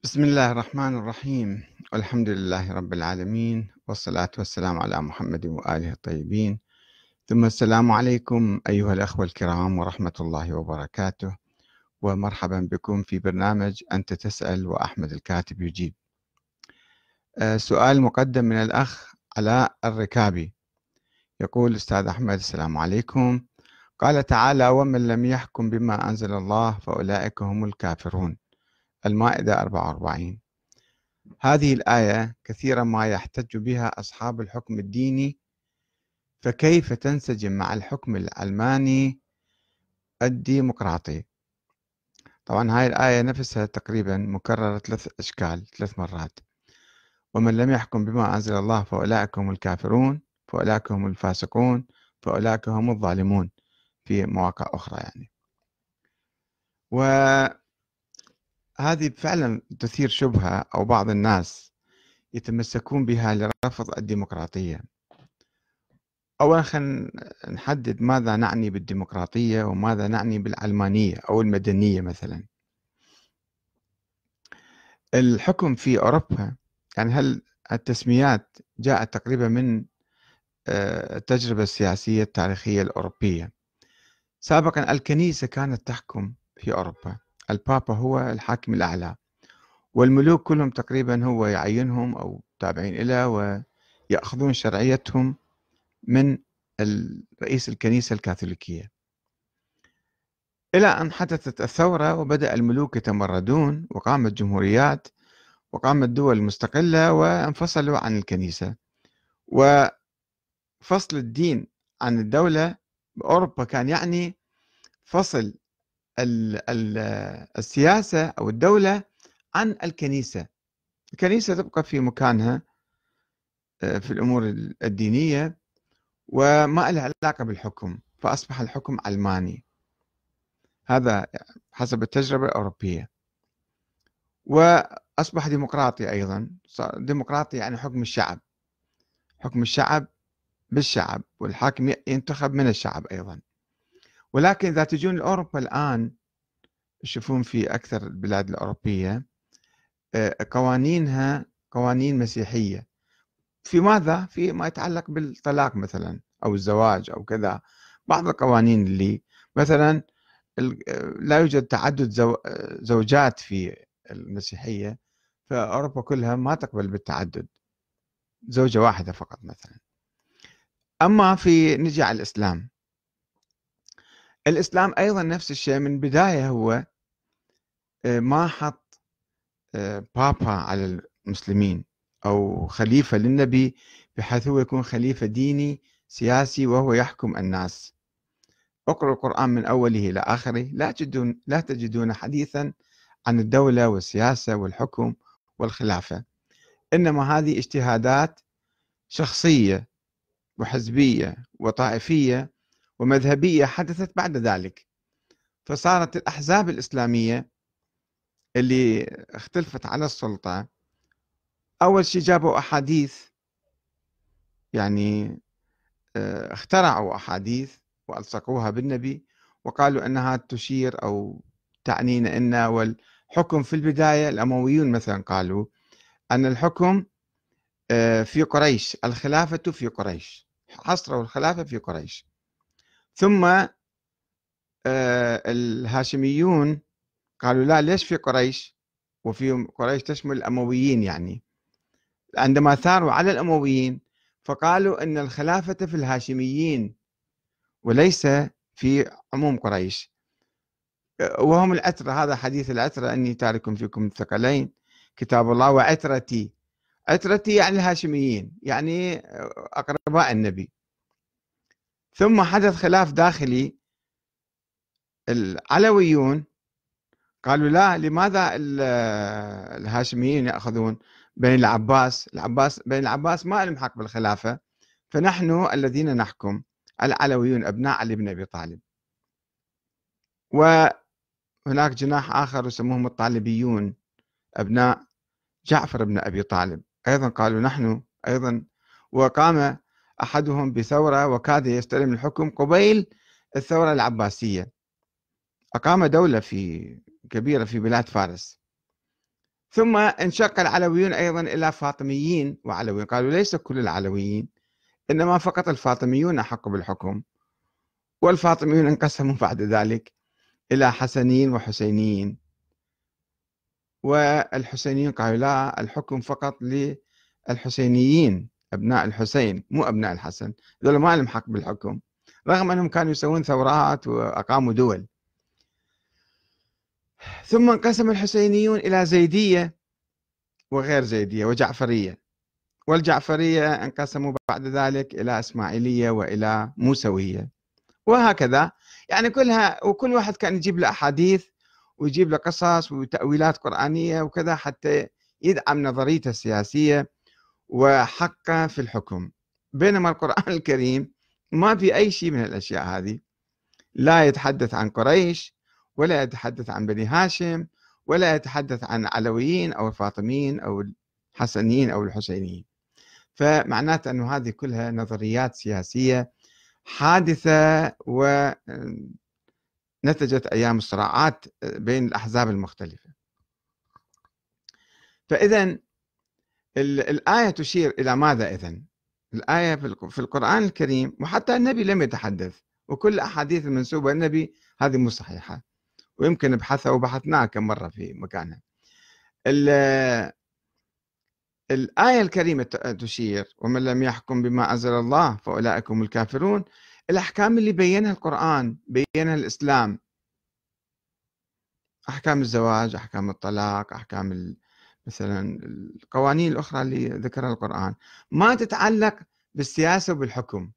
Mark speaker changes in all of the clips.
Speaker 1: بسم الله الرحمن الرحيم، والحمد لله رب العالمين، والصلاة والسلام على محمد وآله الطيبين. ثم السلام عليكم أيها الأخوة الكرام ورحمة الله وبركاته، ومرحبا بكم في برنامج أنت تسأل وأحمد الكاتب يجيب. سؤال مقدم من الأخ علاء الركابي، يقول: أستاذ أحمد، السلام عليكم. قال تعالى: ومن لم يحكم بما أنزل الله فأولئك هم الكافرون، المائدة 44. هذه الآية كثيرا ما يحتج بها أصحاب الحكم الديني، فكيف تنسجم مع الحكم العلماني الديمقراطي؟ طبعا هاي الآية نفسها تقريبا مكررة 3 مرات: ومن لم يحكم بما أنزل الله فأولئك هم الكافرون، فأولئك هم الفاسقون، فأولئك هم الظالمون، في مواقع أخرى يعني. وهذه فعلا تثير شبهة، أو بعض الناس يتمسكون بها لرفض الديمقراطية. أولا خلينا نحدد ماذا نعني بالديمقراطية وماذا نعني بالعلمانية أو المدنية. مثلا الحكم في أوروبا، يعني هل التسميات جاءت تقريبا من التجربة السياسية التاريخية الأوروبية. سابقا الكنيسة كانت تحكم في أوروبا، البابا هو الحاكم الأعلى، والملوك كلهم تقريبا هو يعينهم أو تابعين له ويأخذون شرعيتهم من رئيس الكنيسة الكاثوليكية، إلى أن حدثت الثورة وبدأ الملوك يتمردون وقامت جمهوريات وقامت دول مستقلة وانفصلوا عن الكنيسة. وفصل الدين عن الدولة بأوروبا كان يعني فصل ال السياسة أو الدولة عن الكنيسة. الكنيسة تبقى في مكانها في الأمور الدينية وما لها علاقة بالحكم، فأصبح الحكم علماني. هذا حسب التجربة الأوروبية. وأصبح ديمقراطي أيضا، صار ديمقراطي يعني حكم الشعب، حكم الشعب بالشعب، والحاكم ينتخب من الشعب أيضا. ولكن إذا تجون لأوروبا الآن تشوفون في أكثر البلاد الأوروبية قوانينها قوانين مسيحية. في ماذا؟ في ما يتعلق بالطلاق مثلا أو الزواج أو كذا. بعض القوانين اللي مثلا لا يوجد تعدد زوجات في المسيحية، فأوروبا كلها ما تقبل بالتعدد، زوجة واحدة فقط مثلا. أما في نجي على الإسلام، الإسلام أيضا نفس الشيء. من بداية هو ما حط بابا على المسلمين أو خليفة للنبي، بحيث هو يكون خليفة ديني سياسي وهو يحكم الناس. اقرأوا القرآن من أوله إلى آخره، لا تجدون حديثا عن الدولة والسياسة والحكم والخلافة، إنما هذه اجتهادات شخصية وحزبية وطائفية ومذهبية حدثت بعد ذلك. فصارت الأحزاب الإسلامية اللي اختلفت على السلطة، أول شيء جابوا أحاديث، يعني اخترعوا أحاديث وألصقوها بالنبي وقالوا أنها تشير أو تعنينا أن والحكم في البداية. الأمويون مثلا قالوا أن الحكم في قريش، الخلافة في قريش، حصروا الخلافة في قريش. ثم الهاشميون قالوا لا، ليش في قريش؟ وفي قريش تشمل الأمويين، يعني عندما ثاروا على الأمويين فقالوا أن الخلافة في الهاشميين وليس في عموم قريش. وهم العترة، هذا حديث العترة: أني تارك فيكم الثقلين كتاب الله وعترتي. عترتي يعني الهاشميين، يعني أقرباء النبي. ثم حدث خلاف داخلي، العلويون قالوا لا، لماذا الهاشميين يأخذون بين العباس بين العباس ما لهم حق بالخلافة، فنحن الذين نحكم، العلويون أبناء علي بن أبي طالب. وهناك جناح آخر يسموهم الطالبيون، أبناء جعفر بن أبي طالب، أيضا قالوا نحن أيضا. وقام أحدهم بثورة وكاد يستلم الحكم قبيل الثورة العباسية، أقام دولة كبيرة في بلاد فارس. ثم انشق العلويون أيضا إلى فاطميين وعلويين، قالوا ليس كل العلويين، إنما فقط الفاطميون أحق بالحكم. والفاطميون انقسموا بعد ذلك إلى حسنيين وحسينيين، والحسينيين قالوا لا، الحكم فقط للحسينيين أبناء الحسين مو أبناء الحسن، ذولا ما لهم حق بالحكم، رغم أنهم كانوا يسوون ثورات وأقاموا دول. ثم انقسم الحسينيون إلى زيدية وغير زيدية وجعفرية، والجعفرية انقسموا بعد ذلك إلى إسماعيلية وإلى موسوية، وهكذا. يعني كلها، وكل واحد كان يجيب له أحاديث ويجيب له قصص وتأويلات قرآنية وكذا حتى يدعم نظريته السياسية وحقه في الحكم. بينما القرآن الكريم ما في أي شيء من الأشياء هذه، لا يتحدث عن قريش، ولا يتحدث عن بني هاشم، ولا يتحدث عن علويين أو الفاطميين أو الحسنيين أو الحسينيين. فمعناته أنه هذه كلها نظريات سياسية حادثة، ونتجت أيام الصراعات بين الأحزاب المختلفة. فإذا الآية تشير إلى ماذا إذن؟ الآية في القرآن الكريم، وحتى النبي لم يتحدث، وكل الأحاديث المنسوبة للنبي هذه مو صحيحة، ويمكن نبحثها وبحثناها كم مرة في مكانها. الآية الكريمة تشير ومن لم يحكم بما أنزل الله فأولئك هم الكافرون. الأحكام اللي بينها القرآن، بينها الإسلام، أحكام الزواج، أحكام الطلاق، أحكام مثلا القوانين الأخرى اللي ذكرها القرآن، ما تتعلق بالسياسة وبالحكم.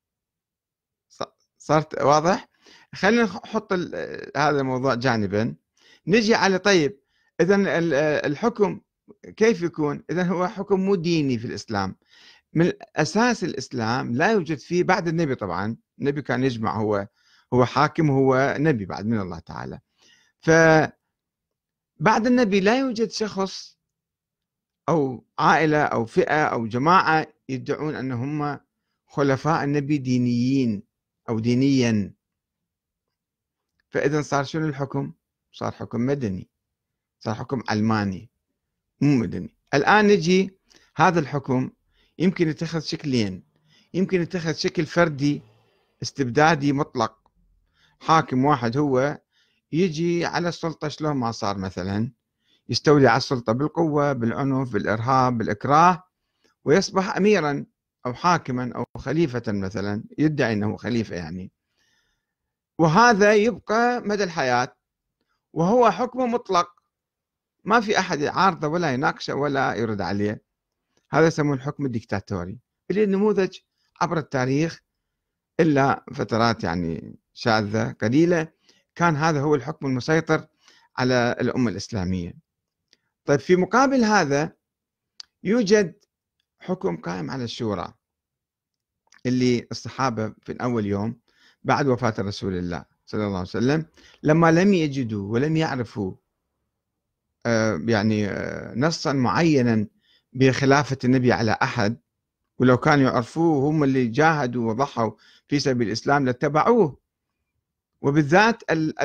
Speaker 1: صارت واضح؟ خلينا نحط هذا الموضوع جانبا، نجي على طيب إذا الحكم كيف يكون؟ إذا هو حكم مو ديني في الإسلام. من أساس الإسلام لا يوجد فيه بعد النبي، طبعا النبي كان يجمع، هو حاكم، هو نبي بعد من الله تعالى. فبعد النبي لا يوجد شخص أو عائلة أو فئة أو جماعة يدعون أنهم خلفاء النبي دينيين أو دينيا. فإذا صار شنو الحكم؟ صار حكم مدني، صار حكم علماني مو مدني. الآن نجي، هذا الحكم يمكن يتخذ شكلين، يمكن يتخذ شكل فردي استبدادي مطلق، حاكم واحد هو يجي على السلطة شلون ما صار، مثلا يستولي على السلطة بالقوة، بالعنف، بالإرهاب، بالإكراه، ويصبح أميرا أو حاكما أو خليفة، مثلا يدعي أنه خليفة يعني، وهذا يبقى مدى الحياة، وهو حكمه مطلق، ما في أحد يعارضه ولا يناقشه ولا يرد عليه. هذا يسمونه الحكم الديكتاتوري، اللي النموذج عبر التاريخ إلا فترات يعني شاذة قليلة كان هذا هو الحكم المسيطر على الأمة الإسلامية. طيب في مقابل هذا يوجد حكم قائم على الشورى، اللي الصحابة في أول يوم بعد وفاة رسول الله صلى الله عليه وسلم لما لم يجدوا ولم يعرفوا يعني نصا معينا بخلافة النبي على أحد، ولو كانوا يعرفوه هم اللي جاهدوا وضحوا في سبيل الإسلام لاتبعوه. وبالذات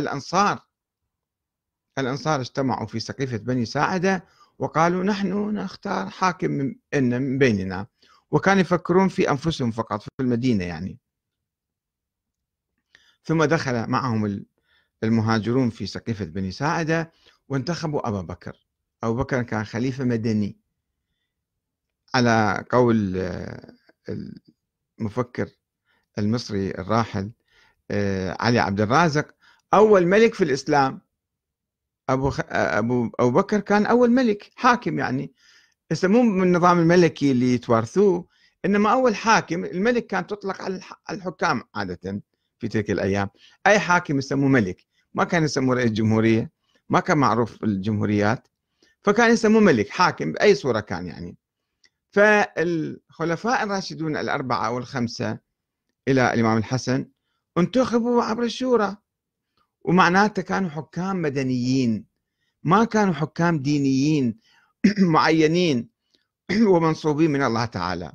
Speaker 1: الأنصار اجتمعوا في سقيفة بني ساعدة وقالوا نحن نختار حاكم من بيننا، وكانوا يفكرون في أنفسهم فقط في المدينة يعني. ثم دخل معهم المهاجرون في سقيفة بني ساعدة وانتخبوا أبا بكر. أبو بكر كان خليفة مدني على قول المفكر المصري الراحل علي عبد الرازق، أول ملك في الإسلام. أبو بكر كان أول ملك حاكم، يعني مو من النظام الملكي اللي يتوارثوه، إنما أول حاكم. الملك كان تطلق على الحكام عادة في تلك الأيام، أي حاكم يسموه ملك، ما كان يسموه رئيس جمهورية، ما كان معروف الجمهوريات، فكان يسموه ملك حاكم بأي صورة كان يعني. فالخلفاء الراشدون الأربعة أو الخمسة إلى الإمام الحسن انتخبوا عبر الشورى، ومعناته كانوا حكام مدنيين، ما كانوا حكام دينيين معينين ومنصوبين من الله تعالى.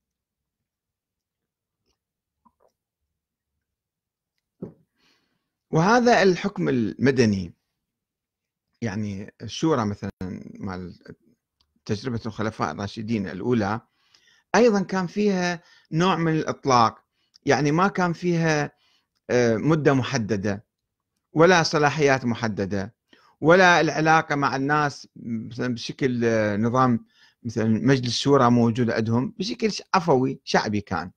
Speaker 1: وهذا الحكم المدني، يعني الشورى مثلا مال تجربة الخلفاء الراشدين الأولى أيضا كان فيها نوع من الإطلاق، يعني ما كان فيها مدة محددة ولا صلاحيات محددة ولا العلاقة مع الناس مثلا بشكل نظام مثلا مجلس شورى موجود عندهم بشكل عفوي شعبي كان.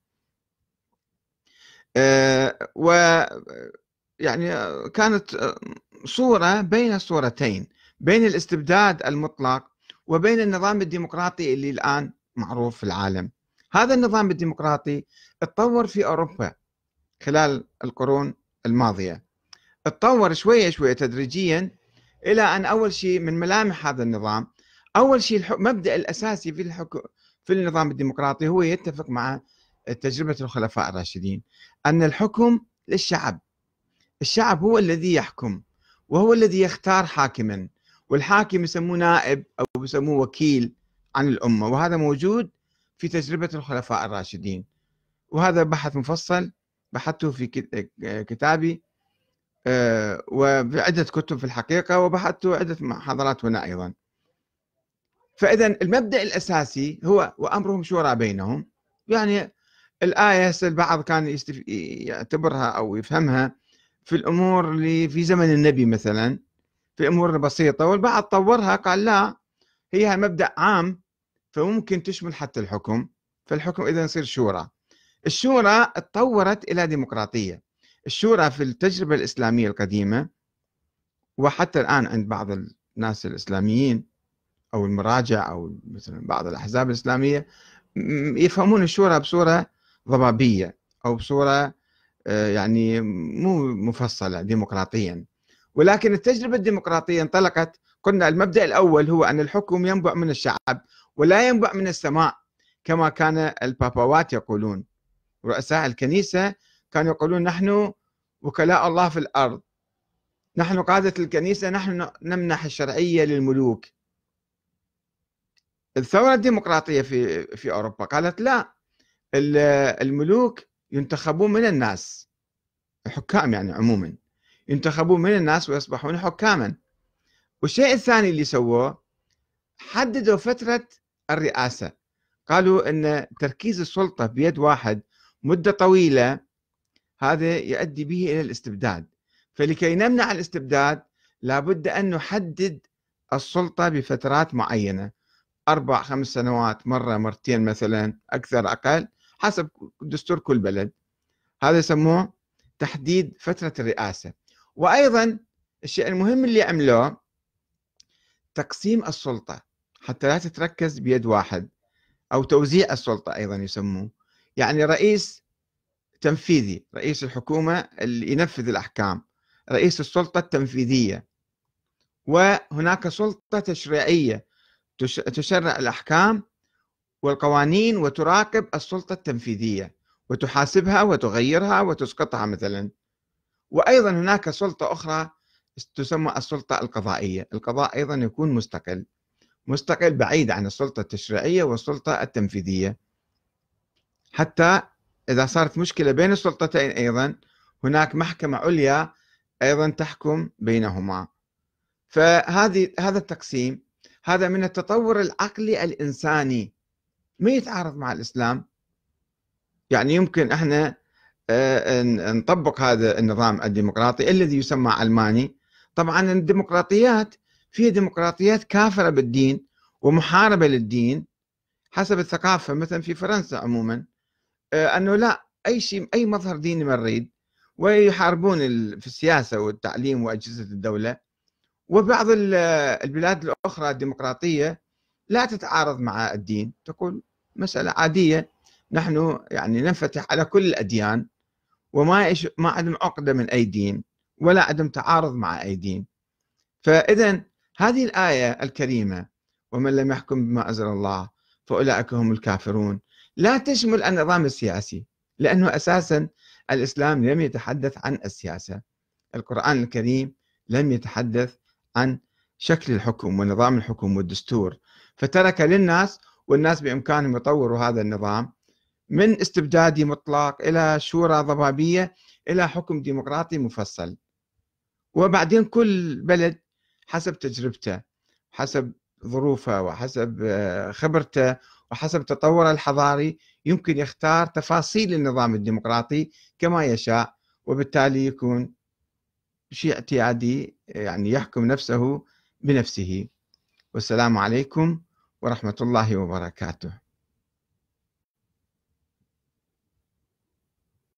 Speaker 1: و يعني كانت صورة بين الصورتين، بين الاستبداد المطلق وبين النظام الديمقراطي اللي الآن معروف في العالم. هذا النظام الديمقراطي اتطور في أوروبا خلال القرون الماضية، اتطور شوية شوية تدريجيا إلى أن أول شيء من ملامح هذا النظام، أول شيء المبدأ الأساسي في النظام الديمقراطي هو يتفق مع تجربة الخلفاء الراشدين أن الحكم للشعب، الشعب هو الذي يحكم وهو الذي يختار حاكما، والحاكم يسموه نائب أو يسموه وكيل عن الأمة، وهذا موجود في تجربة الخلفاء الراشدين، وهذا بحث مفصل بحثته في كتابي وفي عدة كتب في الحقيقة، وبحثته عدة محاضرات هنا أيضا. فإذا المبدأ الأساسي هو وأمرهم شورى بينهم، يعني الآية البعض كان يعتبرها أو يفهمها في الأمور اللي في زمن النبي مثلا في أمور بسيطة، والبعض طورها قال لا هي مبدأ عام فممكن تشمل حتى الحكم، فالحكم إذا يصير شورى. الشورى تطورت إلى ديمقراطية. الشورى في التجربة الإسلامية القديمة وحتى الآن عند بعض الناس الإسلاميين أو المراجع أو مثلا بعض الأحزاب الإسلامية يفهمون الشورى بصورة ضبابية أو بصورة يعني مو مفصلة ديمقراطيا. ولكن التجربة الديمقراطية انطلقت، قلنا المبدأ الأول هو أن الحكم ينبع من الشعب ولا ينبع من السماء كما كان البابوات يقولون، رؤساء الكنيسة كانوا يقولون نحن وكلاء الله في الأرض، نحن قادة الكنيسة، نحن نمنح الشرعية للملوك. الثورة الديمقراطية في أوروبا قالت لا، الملوك ينتخبون من الناس، الحكام يعني عموما ينتخبون من الناس ويصبحون حكاما. والشيء الثاني اللي سووه حددوا فترة الرئاسة، قالوا أن تركيز السلطة بيد واحد مدة طويلة هذا يؤدي به إلى الاستبداد، فلكي نمنع الاستبداد لابد أن نحدد السلطة بفترات معينة، 4-5 سنوات، مرة مرتين مثلا، أكثر أقل حسب دستور كل بلد. هذا يسموه تحديد فترة الرئاسة. وأيضا الشيء المهم اللي عملوه تقسيم السلطة حتى لا تتركز بيد واحد، أو توزيع السلطة أيضا يسموه، يعني رئيس تنفيذي، رئيس الحكومة اللي ينفذ الأحكام، رئيس السلطة التنفيذية، وهناك سلطة تشريعية تشرع الأحكام والقوانين وتراقب السلطة التنفيذية وتحاسبها وتغيرها وتسقطها مثلا. وأيضا هناك سلطة أخرى تسمى السلطة القضائية، القضاء أيضا يكون مستقل بعيد عن السلطة التشريعية والسلطة التنفيذية، حتى إذا صارت مشكلة بين السلطتين أيضا هناك محكمة عليا أيضا تحكم بينهما. هذا التقسيم هذا من التطور العقلي الإنساني، ما يتعارض مع الإسلام. يعني يمكن احنا نطبق هذا النظام الديمقراطي الذي يسمى علماني. طبعا الديمقراطيات فيها ديمقراطيات كافرة بالدين ومحاربة للدين حسب الثقافة، مثلا في فرنسا عموما أنه لا أي شيء أي مظهر ديني ما نريد، ويحاربون في السياسة والتعليم وأجهزة الدولة. وبعض البلاد الأخرى الديمقراطية لا تتعارض مع الدين، تقول مسألة عادية، نحن يعني ننفتح على كل الأديان ما عندهم عقدة من أي دين ولا عندهم تعارض مع أي دين. فإذا هذه الآية الكريمة ومن لم يحكم بما أنزل الله فأولئك هم الكافرون لا تشمل النظام السياسي، لأنه أساسا الإسلام لم يتحدث عن السياسة، القرآن الكريم لم يتحدث عن شكل الحكم ونظام الحكم والدستور، فترك للناس، والناس بإمكانهم يطوروا هذا النظام من استبدادي مطلق إلى شورى ضبابية إلى حكم ديمقراطي مفصل. وبعدين كل بلد حسب تجربته، حسب ظروفه وحسب خبرته وحسب تطوره الحضاري يمكن يختار تفاصيل النظام الديمقراطي كما يشاء، وبالتالي يكون شيء اعتيادي يعني يحكم نفسه بنفسه. والسلام عليكم ورحمة الله وبركاته.